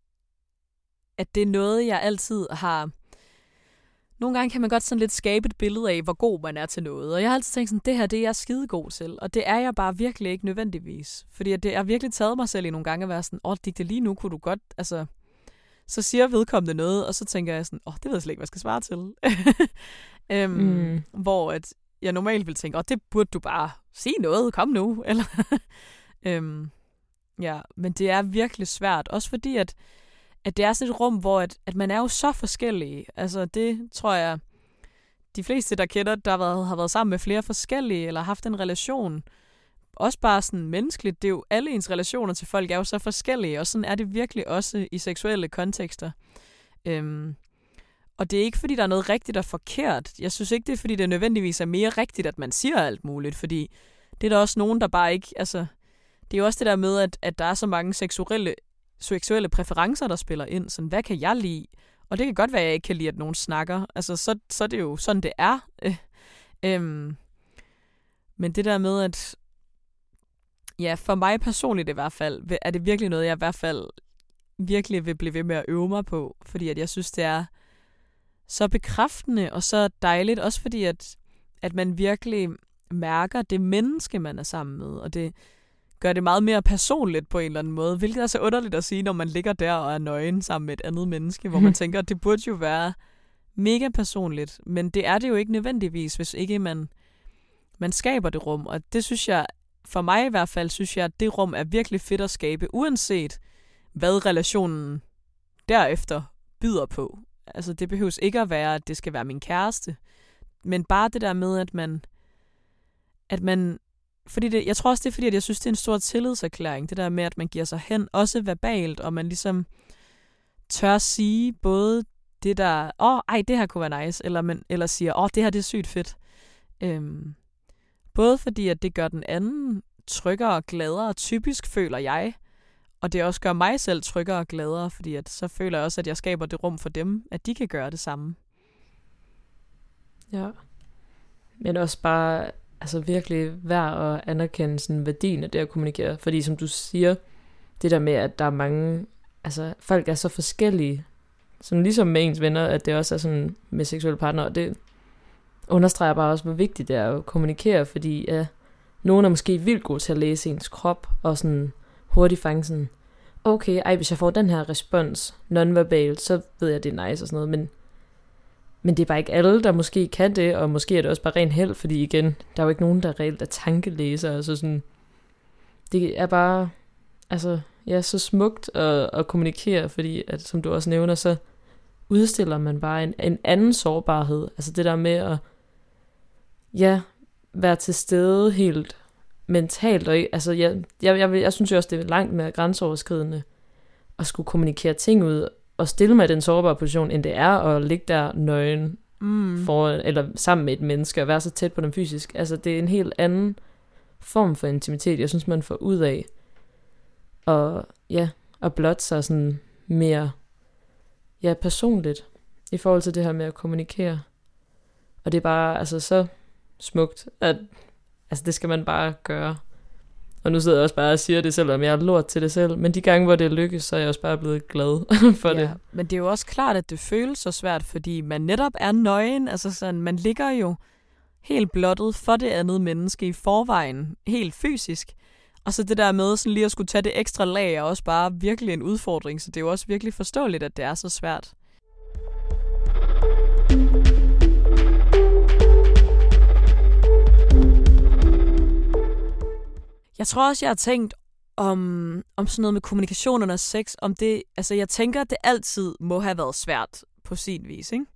at det er noget, jeg altid har... Nogle gange kan man godt sådan lidt skabe et billede af, hvor god man er til noget. Og jeg har altid tænkt sådan, det her, det er jeg skidegod til. Og det er jeg bare virkelig ikke nødvendigvis. Fordi det, jeg har virkelig taget mig selv i nogle gange at være sådan, åh, Dicte, lige nu kunne du godt, altså... Så siger vedkommende noget, og så tænker jeg sådan, åh, det ved jeg slet ikke, hvad jeg skal svare til. øhm, mm. Hvor at jeg normalt vil tænke, åh, det burde du bare sige noget, kom nu. Eller øhm, ja, men det er virkelig svært. Også fordi, at at det er sådan et rum, hvor at, at man er jo så forskellige. Altså det tror jeg, de fleste, der kender, der har været, har været sammen med flere forskellige, eller haft en relation, også bare sådan menneskeligt, det er jo alle ens relationer til folk er jo så forskellige, og sådan er det virkelig også i seksuelle kontekster. Øhm, og det er ikke, fordi der er noget rigtigt og forkert. Jeg synes ikke, det er, fordi det nødvendigvis er mere rigtigt, at man siger alt muligt, fordi det er der også nogen, der bare ikke, altså, det er jo også det der med, at, at der er så mange seksuelle seksuelle præferencer, der spiller ind. Sådan, hvad kan jeg lide? Og det kan godt være, at jeg ikke kan lide, at nogen snakker. Altså, så, så er det jo sådan, det er. Øh, øhm. Men det der med, at ja, for mig personligt i hvert fald, er det virkelig noget, jeg i hvert fald virkelig vil blive ved med at øve mig på. Fordi at jeg synes, det er så bekræftende og så dejligt. Også fordi, at, at man virkelig mærker det menneske, man er sammen med. Og det gør det meget mere personligt på en eller anden måde, hvilket er så underligt at sige, når man ligger der og er nøgen sammen med et andet menneske, hvor man tænker, at det burde jo være mega personligt, men det er det jo ikke nødvendigvis, hvis ikke man, man skaber det rum, og det synes jeg, for mig i hvert fald, synes jeg, at det rum er virkelig fedt at skabe, uanset hvad relationen derefter byder på. Altså det behøves ikke at være, at det skal være min kæreste, men bare det der med, at man, at man fordi det, jeg tror også, det er fordi, at jeg synes, det er en stor tillidserklæring, det der med, at man giver sig hen, også verbalt, og man ligesom tør sige både det der, åh, oh, ej, det her kunne være nice, eller, man, eller siger, åh, oh, det her det er sygt fedt. Øhm, både fordi, at det gør den anden tryggere og gladere, typisk føler jeg, og det også gør mig selv tryggere og gladere, fordi at, så føler jeg også, at jeg skaber det rum for dem, at de kan gøre det samme. Ja. Men også bare altså virkelig værd at anerkende sådan værdien af det at kommunikere. Fordi som du siger, det der med, at der er mange, altså folk er så forskellige, sådan ligesom med ens venner, at det også er sådan med seksuelle partnere, og det understreger bare også, hvor vigtigt det er at kommunikere, fordi ja, nogen er måske vildt gode til at læse ens krop, og sådan hurtigt fange sådan, okay, ej, hvis jeg får den her respons nonverbalt, så ved jeg, at det er nice og sådan noget, men Men det er bare ikke alle, der måske kan det, og måske er det også bare ren held, fordi igen, der er jo ikke nogen, der reelt er tankelæser, altså sådan, det er bare, altså, ja, så smukt at, at kommunikere, fordi, at, som du også nævner, så udstiller man bare en, en anden sårbarhed, altså det der med at, ja, være til stede helt mentalt, og altså, jeg, jeg, jeg, jeg synes jo også, det er langt mere grænseoverskridende at skulle kommunikere ting ud, og stille mig i den sårbare position, end det er at ligge der nøgen mm. foran, eller sammen med et menneske, og være så tæt på dem fysisk. Altså, det er en helt anden form for intimitet, jeg synes, man får ud af. Og ja, at blotte sig sådan mere, ja, personligt, i forhold til det her med at kommunikere. Og det er bare, altså, så smukt, at, altså, det skal man bare gøre. Og nu sidder jeg også bare og siger det, selvom jeg er lort til det selv. Men de gange, hvor det lykkes, så er jeg også bare blevet glad for ja, det. Men det er jo også klart, at det føles så svært, fordi man netop er nøgen. Altså sådan, man ligger jo helt blottet for det andet menneske i forvejen, helt fysisk. Og så det der med sådan lige at skulle tage det ekstra lag, er også bare virkelig en udfordring. Så det er jo også virkelig forståeligt, at det er så svært. Jeg tror også, jeg har tænkt om, om sådan noget med kommunikation under sex, om det, altså jeg tænker, at det altid må have været svært på sin vis, ikke?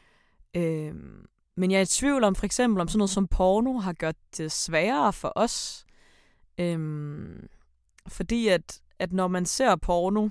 Øhm, men jeg er i tvivl om, for eksempel, om sådan noget som porno har gjort det sværere for os. Øhm, fordi at, at når man ser porno,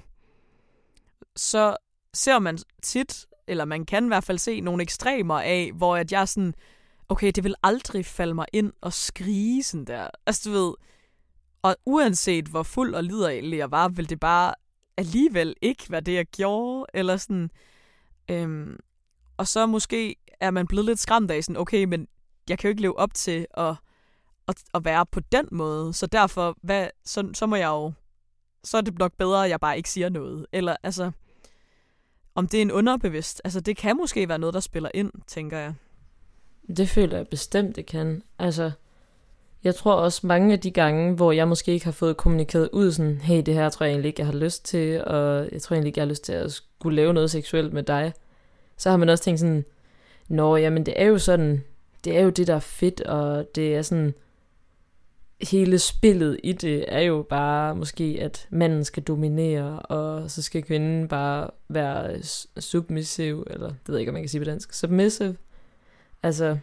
så ser man tit, eller man kan i hvert fald se nogle ekstremer af, hvor at jeg er sådan, okay, det vil aldrig falde mig ind og skrige sådan der. Altså du ved, og uanset hvor fuld og liderlig jeg var, ville det bare alligevel ikke være det, jeg gjorde. Eller sådan. Øhm, og så måske er man blevet lidt skræmt af sådan, okay, men jeg kan jo ikke leve op til at, at, at være på den måde. Så derfor, hvad, så, så må jeg jo, så er det nok bedre, at jeg bare ikke siger noget. Eller altså, om det er en underbevidst, altså det kan måske være noget, der spiller ind, tænker jeg. Det føler jeg bestemt, det kan. Altså, jeg tror også mange af de gange, hvor jeg måske ikke har fået kommunikeret ud sådan, hey, det her tror jeg egentlig ikke, jeg har lyst til, og jeg tror egentlig ikke, jeg har lyst til at skulle lave noget seksuelt med dig. Så har man også tænkt sådan, nå, jamen det er jo sådan, det er jo det, der er fedt, og det er sådan, hele spillet i det er jo bare måske, at manden skal dominere, og så skal kvinden bare være submissiv, eller det ved jeg ikke, om man kan sige på dansk, submissive. Altså,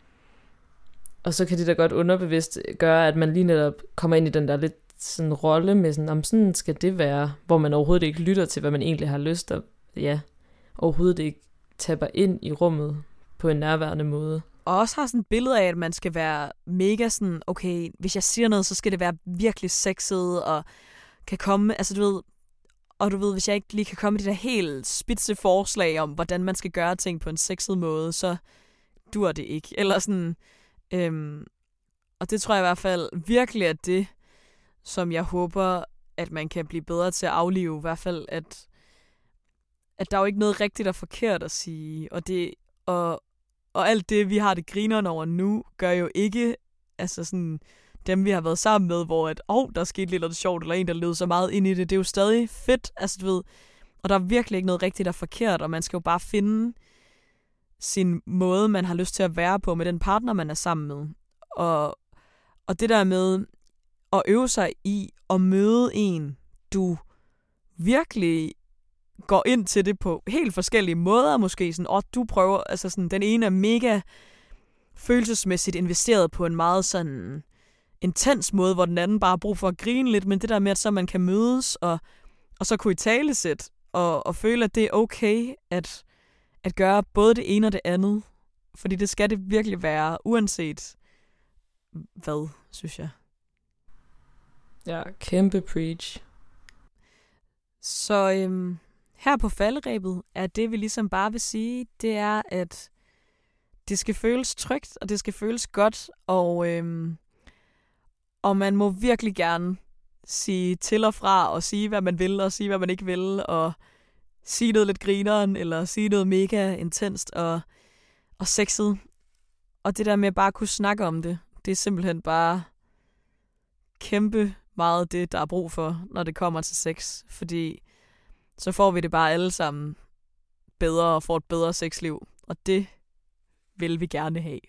og så kan det da godt underbevidst gøre, at man lige netop kommer ind i den der lidt sådan rolle med sådan, om sådan skal det være, hvor man overhovedet ikke lytter til, hvad man egentlig har lyst til, ja, overhovedet ikke tapper ind i rummet på en nærværende måde. Og også har sådan et billede af, at man skal være mega sådan, okay, hvis jeg siger noget, så skal det være virkelig sexet, og kan komme, altså du ved, og du ved, hvis jeg ikke lige kan komme med de der helt spidse forslag om, hvordan man skal gøre ting på en sexet måde, så dur det ikke. Eller sådan, øhm, og det tror jeg i hvert fald virkelig er det, som jeg håber, at man kan blive bedre til at aflive. I hvert fald, at, at der er jo ikke noget rigtigt og forkert at sige. Og, det, og, og alt det, vi har det grineren over nu, gør jo ikke, altså sådan, dem vi har været sammen med, hvor at, åh, oh, der skete lidt noget sjovt, eller en, der levede så meget ind i det. Det er jo stadig fedt, altså du ved. Og der er virkelig ikke noget rigtigt og forkert, og man skal jo bare finde sin måde, man har lyst til at være på med den partner, man er sammen med. Og, og det der med at øve sig i at møde en, du virkelig går ind til det på helt forskellige måder, måske sådan, og du prøver, altså sådan, den ene er mega følelsesmæssigt investeret på en meget sådan intens måde, hvor den anden bare har brug for at grine lidt, men det der med, at så man kan mødes, og, og så kunne i talesæt, og, og føle, at det er okay, at, at gøre både det ene og det andet. Fordi det skal det virkelig være, uanset hvad, synes jeg. Ja, kæmpe preach. Så øhm, her på falderebet er det, vi ligesom bare vil sige, det er, at det skal føles trygt, og det skal føles godt, og, øhm, og man må virkelig gerne sige til og fra, og sige, hvad man vil, og sige, hvad man ikke vil, og sige noget lidt grineren, eller sige noget mega intenst og, og sexet. Og det der med bare at kunne snakke om det, det er simpelthen bare kæmpe meget det, der er brug for, når det kommer til sex. Fordi så får vi det bare alle sammen bedre og får et bedre sexliv. Og det vil vi gerne have.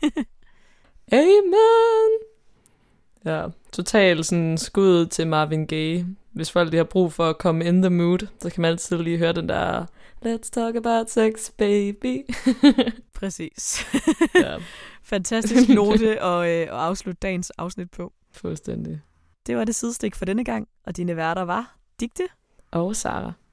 Amen! Ja, totalt sådan skud til Marvin Gaye. Hvis folk lige har brug for at komme in the mood, så kan man altid lige høre den der Let's talk about sex, baby. Præcis. Ja. Fantastisk note at, øh, at afslutte dagens afsnit på. Fuldstændig. Det var det sidestik for denne gang, og dine værter var Digte Og Sara.